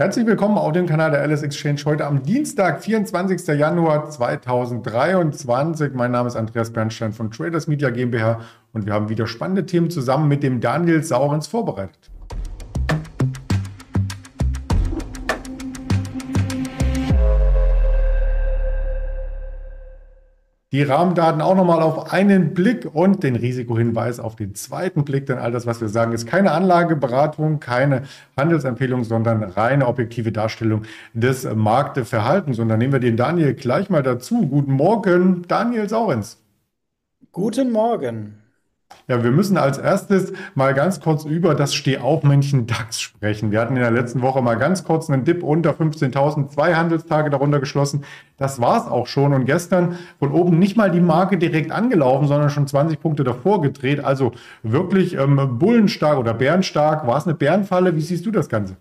Herzlich willkommen auf dem Kanal der Alice Exchange heute am Dienstag, 24. Januar 2023. Mein Name ist Andreas Bernstein von Traders Media GmbH und wir haben wieder spannende Themen zusammen mit dem Daniel Saurens vorbereitet. Die Rahmendaten auch nochmal auf einen Blick und den Risikohinweis auf den zweiten Blick, denn all das, was wir sagen, ist keine Anlageberatung, keine Handelsempfehlung, sondern reine objektive Darstellung des Marktverhaltens. Und dann nehmen wir den Daniel gleich mal dazu. Guten Morgen, Daniel Saurens. Guten Morgen. Ja, wir müssen als erstes mal ganz kurz über das Stehaufmännchen DAX sprechen. Wir hatten in der letzten Woche mal ganz kurz einen Dip unter 15.000, 2 Handelstage darunter geschlossen. Das war's auch schon. Und gestern von oben nicht mal die Marke direkt angelaufen, sondern schon 20 Punkte davor gedreht. Also wirklich bullenstark oder bärenstark. War es eine Bärenfalle? Wie siehst du das Ganze?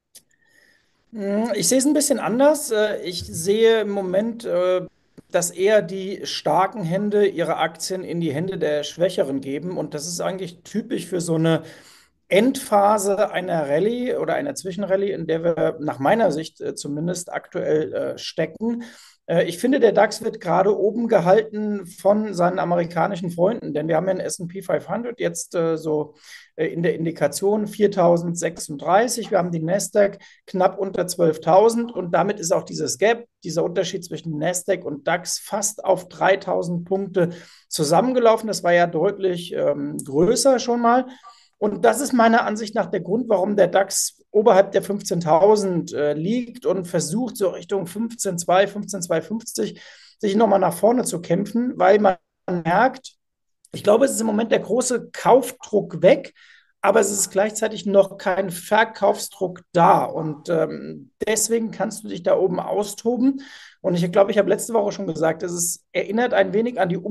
Ich sehe es ein bisschen anders. Ich sehe im Moment, dass eher die starken Hände ihre Aktien in die Hände der Schwächeren geben. Und das ist eigentlich typisch für so eine Endphase einer Rallye oder einer Zwischenrallye, in der wir nach meiner Sicht zumindest aktuell stecken. Ich finde, der DAX wird gerade oben gehalten von seinen amerikanischen Freunden, denn wir haben ja den S&P 500 jetzt in der Indikation 4.036. Wir haben die Nasdaq knapp unter 12.000 und damit ist auch dieses Gap, dieser Unterschied zwischen Nasdaq und DAX fast auf 3.000 Punkte zusammengelaufen. Das war ja deutlich größer schon mal. Und das ist meiner Ansicht nach der Grund, warum der DAX oberhalb der 15.000 liegt und versucht, so Richtung 15.2, 15.250 sich nochmal nach vorne zu kämpfen, weil man merkt, ich glaube, es ist im Moment der große Kaufdruck weg, aber es ist gleichzeitig noch kein Verkaufsdruck da. Und deswegen kannst du dich da oben austoben. Und ich glaube, ich habe letzte Woche schon gesagt, erinnert ein wenig an die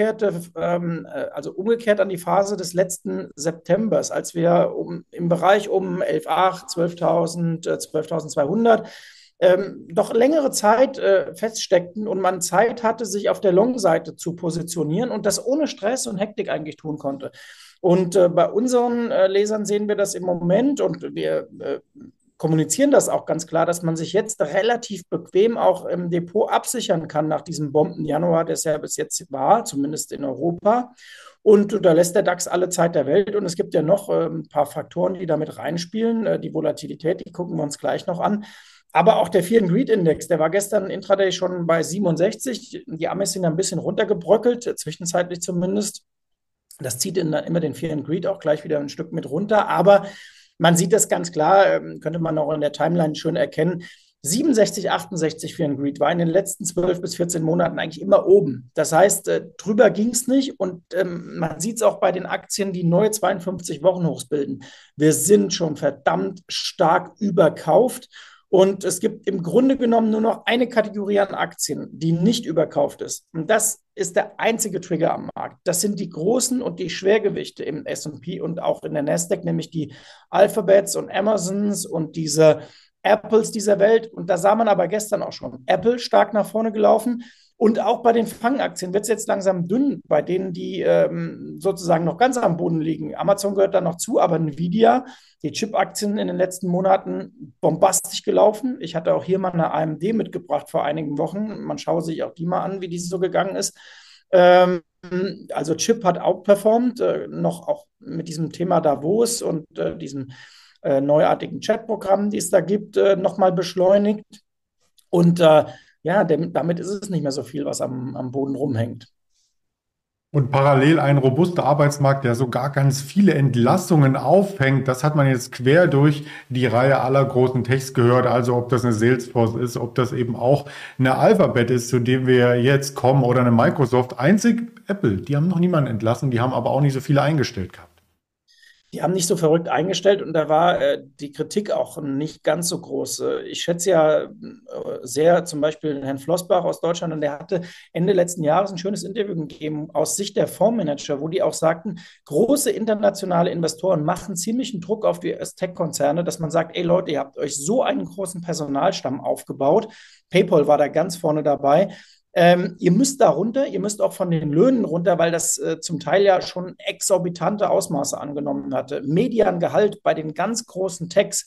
also umgekehrt an die Phase des letzten Septembers, als wir im Bereich um 11.800, 12.000, 12.200 doch längere Zeit feststeckten und man Zeit hatte, sich auf der Long-Seite zu positionieren und das ohne Stress und Hektik eigentlich tun konnte. Und bei unseren Lesern sehen wir das im Moment und wir kommunizieren das auch ganz klar, dass man sich jetzt relativ bequem auch im Depot absichern kann nach diesem Bomben-Januar, der es ja bis jetzt war, zumindest in Europa. Und da lässt der DAX alle Zeit der Welt. Und es gibt ja noch ein paar Faktoren, die damit reinspielen. Die Volatilität, die gucken wir uns gleich noch an. Aber auch der Fear and Greed Index, der war gestern intraday schon bei 67. Die Amis sind ein bisschen runtergebröckelt, zwischenzeitlich zumindest. Das zieht immer den Fear and Greed auch gleich wieder ein Stück mit runter. Aber man sieht das ganz klar, könnte man auch in der Timeline schön erkennen. 67, 68 Fear and Greed war in den letzten 12 bis 14 Monaten eigentlich immer oben. Das heißt, drüber ging es nicht und man sieht es auch bei den Aktien, die neue 52 Wochenhochs bilden. Wir sind schon verdammt stark überkauft. Und es gibt im Grunde genommen nur noch eine Kategorie an Aktien, die nicht überkauft ist. Und das ist der einzige Trigger am Markt. Das sind die großen und die Schwergewichte im S&P und auch in der Nasdaq, nämlich die Alphabets und Amazons und diese Apples dieser Welt. Und da sah man aber gestern auch schon Apple stark nach vorne gelaufen. Und auch bei den Fangaktien wird es jetzt langsam dünn, bei denen, die sozusagen noch ganz am Boden liegen. Amazon gehört da noch zu, aber Nvidia, die Chip-Aktien in den letzten Monaten bombastisch gelaufen. Ich hatte auch hier mal eine AMD mitgebracht vor einigen Wochen. Man schaue sich auch die mal an, wie die so gegangen ist. Ähm, also Chip hat outperformed, noch auch mit diesem Thema Davos und diesem neuartigen Chatprogramm, die es da gibt, nochmal beschleunigt. Und ja, damit ist es nicht mehr so viel, was am Boden rumhängt. Und parallel ein robuster Arbeitsmarkt, der sogar ganz viele Entlassungen aufhängt. Das hat man jetzt quer durch die Reihe aller großen Techs gehört. Also ob das eine Salesforce ist, ob das eben auch eine Alphabet ist, zu dem wir jetzt kommen, oder eine Microsoft. Einzig Apple, die haben noch niemanden entlassen, die haben aber auch nicht so viele eingestellt gehabt. Die haben nicht so verrückt eingestellt und da war die Kritik auch nicht ganz so groß. Ich schätze ja sehr zum Beispiel Herrn Flossbach aus Deutschland und der hatte Ende letzten Jahres ein schönes Interview gegeben aus Sicht der Fondsmanager, wo die auch sagten, große internationale Investoren machen ziemlichen Druck auf die Tech-Konzerne, dass man sagt, ey Leute, ihr habt euch so einen großen Personalstamm aufgebaut. PayPal war da ganz vorne dabei. Ihr müsst da runter, ihr müsst auch von den Löhnen runter, weil das zum Teil ja schon exorbitante Ausmaße angenommen hatte. Mediangehalt bei den ganz großen Techs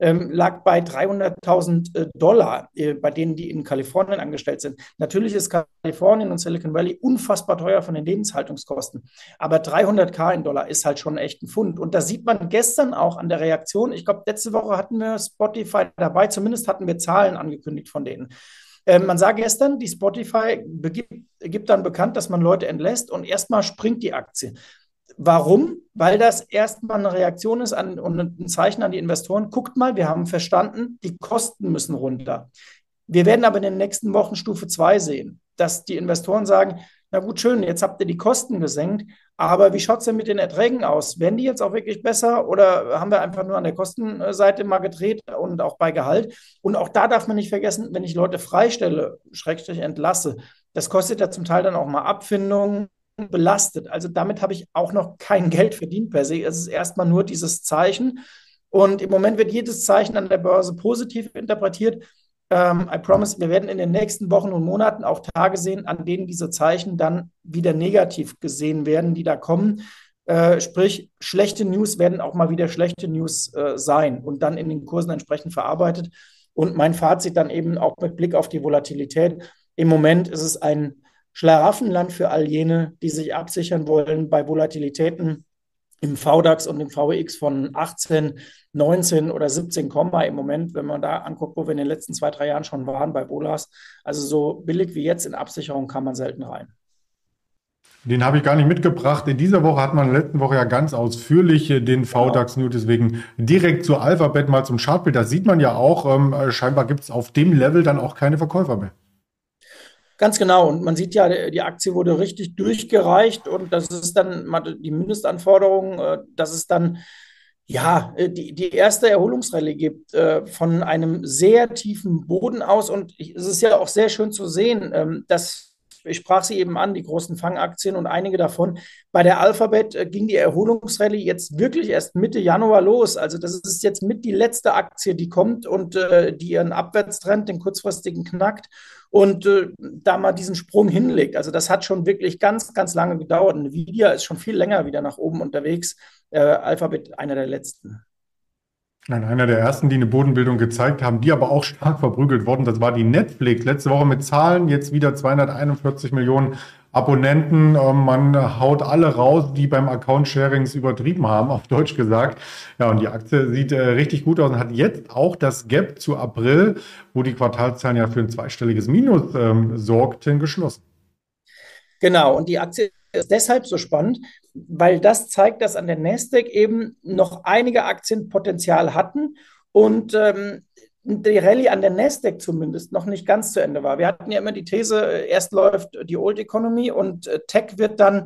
lag bei 300.000 Dollar, bei denen, die in Kalifornien angestellt sind. Natürlich ist Kalifornien und Silicon Valley unfassbar teuer von den Lebenshaltungskosten, aber 300.000 in Dollar ist halt schon echt ein Pfund. Und da sieht man gestern auch an der Reaktion, ich glaube, letzte Woche hatten wir Spotify dabei, zumindest hatten wir Zahlen angekündigt von denen. Man sah gestern, die Spotify gibt dann bekannt, dass man Leute entlässt und erstmal springt die Aktie. Warum? Weil das erstmal eine Reaktion ist und ein Zeichen an die Investoren. Guckt mal, wir haben verstanden, die Kosten müssen runter. Wir werden aber in den nächsten Wochen Stufe 2 sehen, dass die Investoren sagen, na gut, schön, jetzt habt ihr die Kosten gesenkt, aber wie schaut es denn mit den Erträgen aus? Werden die jetzt auch wirklich besser oder haben wir einfach nur an der Kostenseite mal gedreht und auch bei Gehalt? Und auch da darf man nicht vergessen, wenn ich Leute freistelle, Schrägstrich entlasse, das kostet ja zum Teil dann auch mal Abfindungen, belastet. Also damit habe ich auch noch kein Geld verdient per se. Es ist erstmal nur dieses Zeichen. Und im Moment wird jedes Zeichen an der Börse positiv interpretiert. I promise, wir werden in den nächsten Wochen und Monaten auch Tage sehen, an denen diese Zeichen dann wieder negativ gesehen werden, die da kommen. Sprich, schlechte News werden auch mal wieder schlechte News sein und dann in den Kursen entsprechend verarbeitet. Und mein Fazit dann eben auch mit Blick auf die Volatilität. Im Moment ist es ein Schlaraffenland für all jene, die sich absichern wollen bei Volatilitäten im VDAX und im VWX von 18, 19 oder 17 Komma im Moment, wenn man da anguckt, wo wir in den letzten 2, 3 Jahren schon waren bei Bolas. Also so billig wie jetzt in Absicherung kann man selten rein. Den habe ich gar nicht mitgebracht. In dieser Woche hat man letzte Woche ja ganz ausführlich den VDAX News, deswegen direkt zur Alphabet mal zum Chartbild. Da sieht man ja auch, scheinbar gibt es auf dem Level dann auch keine Verkäufer mehr. Ganz genau. Und man sieht ja, die Aktie wurde richtig durchgereicht und das ist dann mal die Mindestanforderung, dass es dann ja die erste Erholungsrallye gibt von einem sehr tiefen Boden aus. Und es ist ja auch sehr schön zu sehen, dass ich sprach sie eben an, die großen Fangaktien und einige davon. Bei der Alphabet ging die Erholungsrallye jetzt wirklich erst Mitte Januar los. Also das ist jetzt mit die letzte Aktie, die kommt und die ihren Abwärtstrend, den kurzfristigen knackt und da mal diesen Sprung hinlegt. Also das hat schon wirklich ganz, ganz lange gedauert. Nvidia ist schon viel länger wieder nach oben unterwegs. Alphabet einer der letzten. Nein, einer der ersten, die eine Bodenbildung gezeigt haben, die aber auch stark verprügelt wurden, das war die Netflix. Letzte Woche mit Zahlen, jetzt wieder 241 Millionen Abonnenten. Man haut alle raus, die beim Account-Sharings übertrieben haben, auf Deutsch gesagt. Ja, und die Aktie sieht richtig gut aus und hat jetzt auch das Gap zu April, wo die Quartalszahlen ja für ein zweistelliges Minus sorgten, geschlossen. Genau, und die Aktie ist deshalb so spannend, weil das zeigt, dass an der Nasdaq eben noch einige Aktien Potenzial hatten und die Rallye an der Nasdaq zumindest noch nicht ganz zu Ende war. Wir hatten ja immer die These, erst läuft die Old Economy und Tech wird dann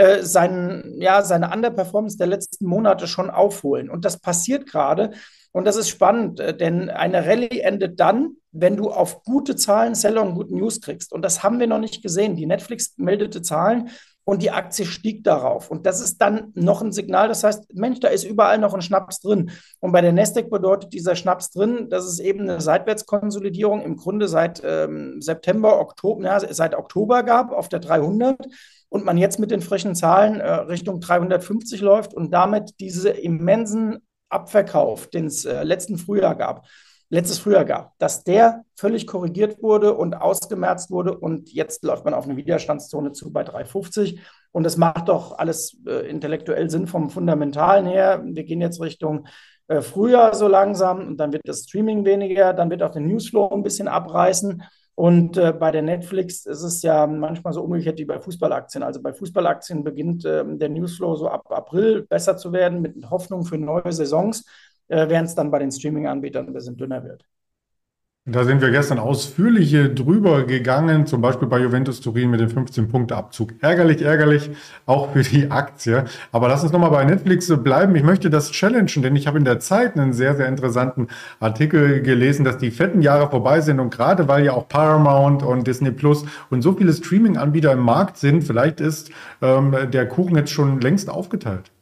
seine Underperformance der letzten Monate schon aufholen. Und das passiert gerade. Und das ist spannend, denn eine Rallye endet dann, wenn du auf gute Zahlen, Seller und gute News kriegst. Und das haben wir noch nicht gesehen. Die Netflix meldete Zahlen und die Aktie stieg darauf. Und das ist dann noch ein Signal, das heißt, Mensch, da ist überall noch ein Schnaps drin. Und bei der Nasdaq bedeutet dieser Schnaps drin, dass es eben eine Seitwärtskonsolidierung im Grunde seit September, Oktober, ja, seit Oktober gab auf der 300 und man jetzt mit den frischen Zahlen Richtung 350 läuft und damit diese immensen Abverkauf, den es letztes Frühjahr gab, dass der völlig korrigiert wurde und ausgemerzt wurde und jetzt läuft man auf eine Widerstandszone zu bei 350 und das macht doch alles intellektuell Sinn vom Fundamentalen her. Wir gehen jetzt Richtung Frühjahr so langsam und dann wird das Streaming weniger, dann wird auch der Newsflow ein bisschen abreißen. Und bei der Netflix ist es ja manchmal so umgekehrt wie bei Fußballaktien. Also bei Fußballaktien beginnt der Newsflow so ab April besser zu werden mit Hoffnung für neue Saisons, während es dann bei den Streaming-Anbietern ein bisschen dünner wird. Da sind wir gestern ausführlich drüber gegangen, zum Beispiel bei Juventus Turin mit dem 15-Punkte-Abzug. Ärgerlich, ärgerlich, auch für die Aktie. Aber lass uns nochmal bei Netflix bleiben. Ich möchte das challengen, denn ich habe in der Zeit einen sehr, sehr interessanten Artikel gelesen, dass die fetten Jahre vorbei sind. Und gerade weil ja auch Paramount und Disney Plus und so viele Streaming-Anbieter im Markt sind, vielleicht ist der Kuchen jetzt schon längst aufgeteilt.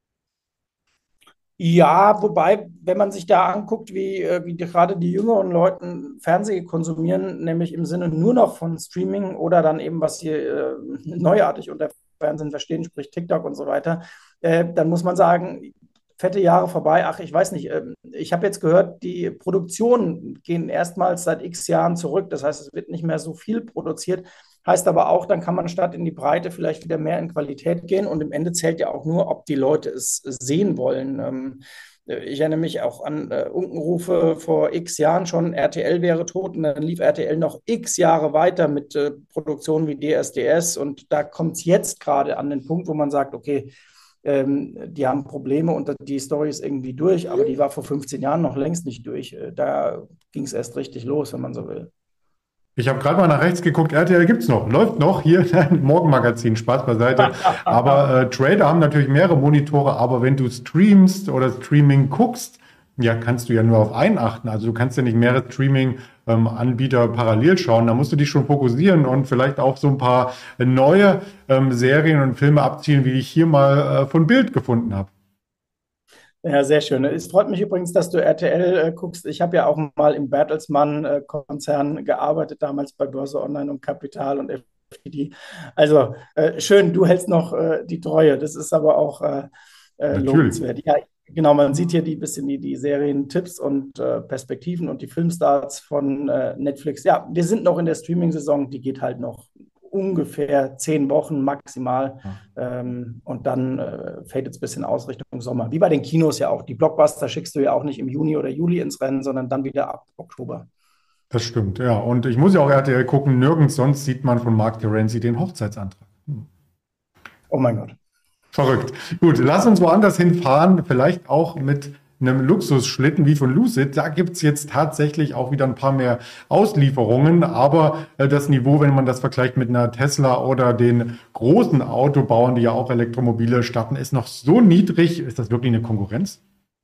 Ja, wobei, wenn man sich da anguckt, wie gerade die jüngeren Leute Fernsehen konsumieren, nämlich im Sinne nur noch von Streaming oder dann eben, was sie neuartig unter Fernsehen verstehen, sprich TikTok und so weiter, dann muss man sagen, fette Jahre vorbei. Ach, ich weiß nicht. Ich habe jetzt gehört, die Produktionen gehen erstmals seit x Jahren zurück. Das heißt, es wird nicht mehr so viel produziert. Heißt aber auch, dann kann man statt in die Breite vielleicht wieder mehr in Qualität gehen. Und im Ende zählt ja auch nur, ob die Leute es sehen wollen. Ich erinnere mich auch an Unkenrufe vor x Jahren schon, RTL wäre tot und dann lief RTL noch x Jahre weiter mit Produktionen wie DSDS und da kommt es jetzt gerade an den Punkt, wo man sagt, okay, die haben Probleme und die Story ist irgendwie durch, aber die war vor 15 Jahren noch längst nicht durch. Da ging es erst richtig los, wenn man so will. Ich habe gerade mal nach rechts geguckt, RTL gibt's noch, läuft noch hier, ein Morgenmagazin, Spaß beiseite. Aber Trader haben natürlich mehrere Monitore, aber wenn du streamst oder Streaming guckst, ja, kannst du ja nur auf einen achten. Also du kannst ja nicht mehrere Streaming-Anbieter parallel schauen. Da musst du dich schon fokussieren und vielleicht auch so ein paar neue Serien und Filme abziehen, wie ich hier mal von Bild gefunden habe. Ja, sehr schön. Es freut mich übrigens, dass du RTL guckst. Ich habe ja auch mal im Bertelsmann-Konzern gearbeitet, damals bei Börse Online und Kapital und FTD. Also schön, du hältst noch die Treue. Das ist aber auch Natürlich. lobenswert. Ja, genau, man sieht hier die Serientipps und Perspektiven und die Filmstarts von Netflix. Ja, wir sind noch in der Streaming-Saison, die geht halt noch ungefähr 10 Wochen maximal. Und dann fadet es ein bisschen aus Richtung Sommer. Wie bei den Kinos ja auch. Die Blockbuster schickst du ja auch nicht im Juni oder Juli ins Rennen, sondern dann wieder ab Oktober. Das stimmt, ja. Und ich muss ja auch RTL gucken, nirgends sonst sieht man von Mark Terenzi den Hochzeitsantrag. Oh mein Gott. Verrückt. Gut, lass uns woanders hinfahren, vielleicht auch mit einem Luxusschlitten wie von Lucid. Da gibt's jetzt tatsächlich auch wieder ein paar mehr Auslieferungen, aber das Niveau, wenn man das vergleicht mit einer Tesla oder den großen Autobauern, die ja auch Elektromobile starten, ist noch so niedrig. Ist das wirklich eine Konkurrenz?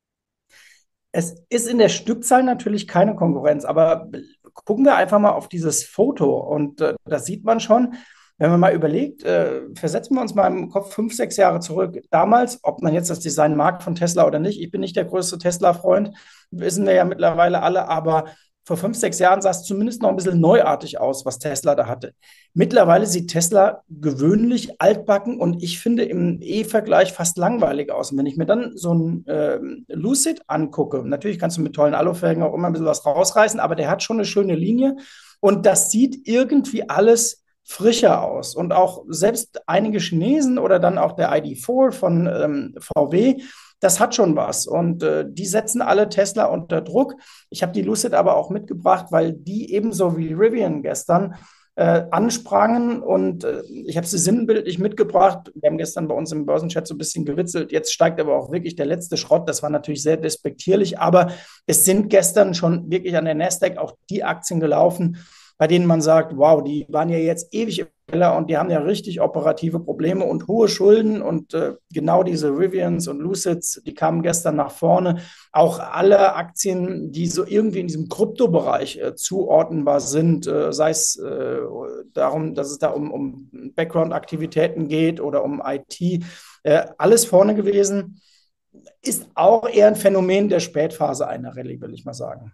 Es ist in der Stückzahl natürlich keine Konkurrenz, aber gucken wir einfach mal auf dieses Foto und das sieht man schon. Wenn man mal überlegt, versetzen wir uns mal im Kopf 5, 6 Jahre zurück. Damals, ob man jetzt das Design mag von Tesla oder nicht, ich bin nicht der größte Tesla-Freund, wissen wir ja mittlerweile alle, aber vor 5, 6 Jahren sah es zumindest noch ein bisschen neuartig aus, was Tesla da hatte. Mittlerweile sieht Tesla gewöhnlich altbacken und ich finde im E-Vergleich fast langweilig aus. Und wenn ich mir dann so ein Lucid angucke, natürlich kannst du mit tollen Alufelgen auch immer ein bisschen was rausreißen, aber der hat schon eine schöne Linie und das sieht irgendwie alles frischer aus. Und auch selbst einige Chinesen oder dann auch der ID.4 von VW, das hat schon was. Und die setzen alle Tesla unter Druck. Ich habe die Lucid aber auch mitgebracht, weil die ebenso wie Rivian gestern ansprangen und ich habe sie sinnbildlich mitgebracht. Wir haben gestern bei uns im Börsenchat so ein bisschen gewitzelt. Jetzt steigt aber auch wirklich der letzte Schrott. Das war natürlich sehr despektierlich, aber es sind gestern schon wirklich an der Nasdaq auch die Aktien gelaufen, bei denen man sagt, wow, die waren ja jetzt ewig im Keller und die haben ja richtig operative Probleme und hohe Schulden und genau diese Rivians und Lucids, die kamen gestern nach vorne. Auch alle Aktien, die so irgendwie in diesem Kryptobereich zuordnenbar sind, sei es darum, dass es da um Background-Aktivitäten geht oder um IT, alles vorne gewesen, ist auch eher ein Phänomen der Spätphase einer Rallye, will ich mal sagen.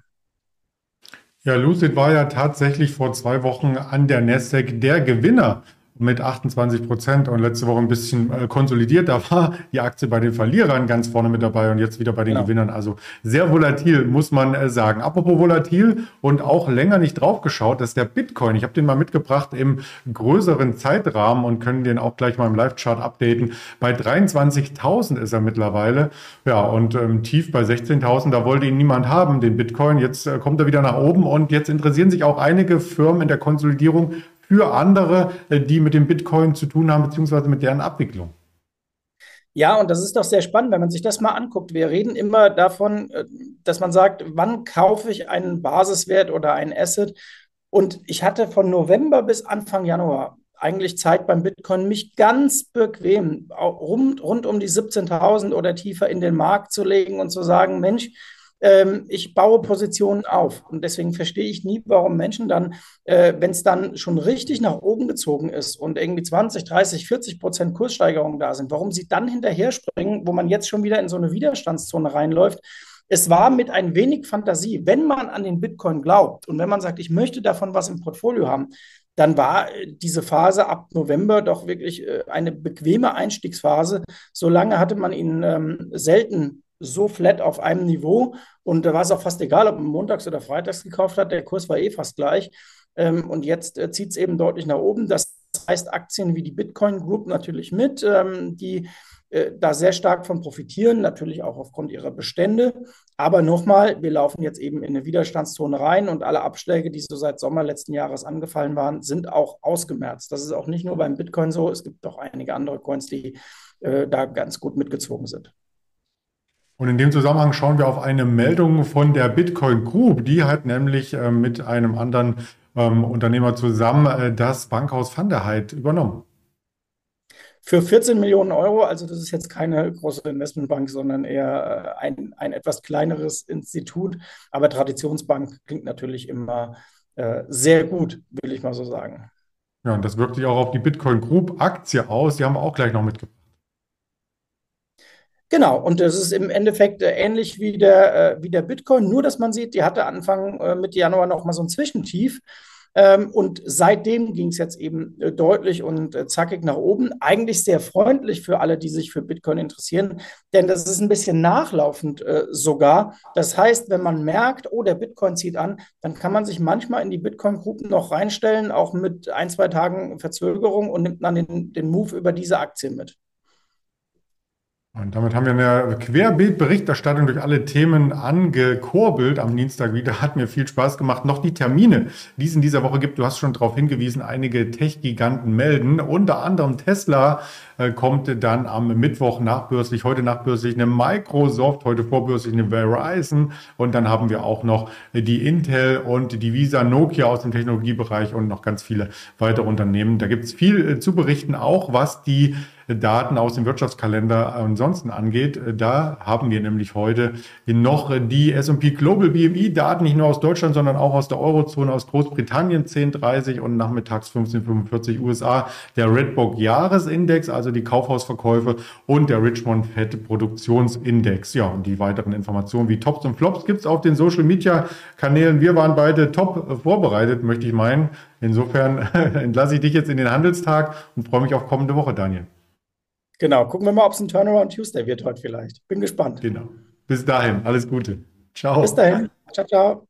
Ja, Lucid war ja tatsächlich vor 2 Wochen an der Nasdaq der Gewinner mit 28% und letzte Woche ein bisschen konsolidiert. Da war die Aktie bei den Verlierern ganz vorne mit dabei und jetzt wieder bei den Genau. Gewinnern. Also sehr volatil, muss man sagen. Apropos volatil und auch länger nicht drauf geschaut, das ist der Bitcoin. Ich habe den mal mitgebracht im größeren Zeitrahmen und können den auch gleich mal im Live-Chart updaten. Bei 23.000 ist er mittlerweile. Ja, und tief bei 16.000, da wollte ihn niemand haben, den Bitcoin. Jetzt kommt er wieder nach oben und jetzt interessieren sich auch einige Firmen in der Konsolidierung für andere, die mit dem Bitcoin zu tun haben, beziehungsweise mit deren Abwicklung. Ja, und das ist doch sehr spannend, wenn man sich das mal anguckt. Wir reden immer davon, dass man sagt, wann kaufe ich einen Basiswert oder ein Asset? Und ich hatte von November bis Anfang Januar eigentlich Zeit beim Bitcoin, mich ganz bequem rund um die 17.000 oder tiefer in den Markt zu legen und zu sagen, Mensch, ich baue Positionen auf. Und deswegen verstehe ich nie, warum Menschen dann, wenn es dann schon richtig nach oben gezogen ist und irgendwie 20, 30, 40% Kurssteigerungen da sind, warum sie dann hinterher springen, wo man jetzt schon wieder in so eine Widerstandszone reinläuft. Es war mit ein wenig Fantasie, wenn man an den Bitcoin glaubt und wenn man sagt, ich möchte davon was im Portfolio haben, dann war diese Phase ab November doch wirklich eine bequeme Einstiegsphase. So lange hatte man ihn selten so flat auf einem Niveau. Und da war es auch fast egal, ob man montags oder freitags gekauft hat. Der Kurs war eh fast gleich. Und jetzt zieht es eben deutlich nach oben. Das heißt, Aktien wie die Bitcoin Group natürlich mit, die da sehr stark von profitieren, natürlich auch aufgrund ihrer Bestände. Aber nochmal, wir laufen jetzt eben in eine Widerstandszone rein und alle Abschläge, die so seit Sommer letzten Jahres angefallen waren, sind auch ausgemerzt. Das ist auch nicht nur beim Bitcoin so. Es gibt auch einige andere Coins, die da ganz gut mitgezogen sind. Und in dem Zusammenhang schauen wir auf eine Meldung von der Bitcoin Group. Die hat nämlich mit einem anderen Unternehmer zusammen das Bankhaus Van der Eyck übernommen. Für 14 Millionen Euro, also das ist jetzt keine große Investmentbank, sondern eher ein etwas kleineres Institut. Aber Traditionsbank klingt natürlich immer sehr gut, will ich mal so sagen. Ja, und das wirkt sich auch auf die Bitcoin Group Aktie aus. Die haben wir auch gleich noch mitgebracht. Genau, und das ist im Endeffekt ähnlich wie der Bitcoin, nur dass man sieht, die hatte Anfang Mitte Januar noch mal so ein Zwischentief. Und seitdem ging es jetzt eben deutlich und zackig nach oben. Eigentlich sehr freundlich für alle, die sich für Bitcoin interessieren, denn das ist ein bisschen nachlaufend sogar. Das heißt, wenn man merkt, oh, der Bitcoin zieht an, dann kann man sich manchmal in die Bitcoin-Gruppen noch reinstellen, auch mit ein, zwei Tagen Verzögerung und nimmt dann den Move über diese Aktie mit. Und damit haben wir eine Querbeet-Berichterstattung durch alle Themen angekurbelt am Dienstag wieder. Hat mir viel Spaß gemacht. Noch die Termine, die es in dieser Woche gibt. Du hast schon darauf hingewiesen, einige Tech-Giganten melden. Unter anderem Tesla kommt dann am Mittwoch nachbörslich, heute nachbörslich eine Microsoft, heute vorbörslich eine Verizon. Und dann haben wir auch noch die Intel und die Visa, Nokia aus dem Technologiebereich und noch ganz viele weitere Unternehmen. Da gibt es viel zu berichten, auch was die Daten aus dem Wirtschaftskalender ansonsten angeht. Da haben wir nämlich heute noch die S&P Global BMI-Daten, nicht nur aus Deutschland, sondern auch aus der Eurozone, aus Großbritannien 10,30 und nachmittags 15,45 USA. Der Redbook Jahresindex, also die Kaufhausverkäufe und der Richmond Fed Produktionsindex. Ja, und die weiteren Informationen wie Tops und Flops gibt es auf den Social-Media-Kanälen. Wir waren beide top vorbereitet, möchte ich meinen. Insofern entlasse ich dich jetzt in den Handelstag und freue mich auf kommende Woche, Daniel. Genau, gucken wir mal, ob es ein Turnaround Tuesday wird heute vielleicht. Bin gespannt. Genau. Bis dahin, alles Gute. Bis Ciao. dahin. Ciao, ciao.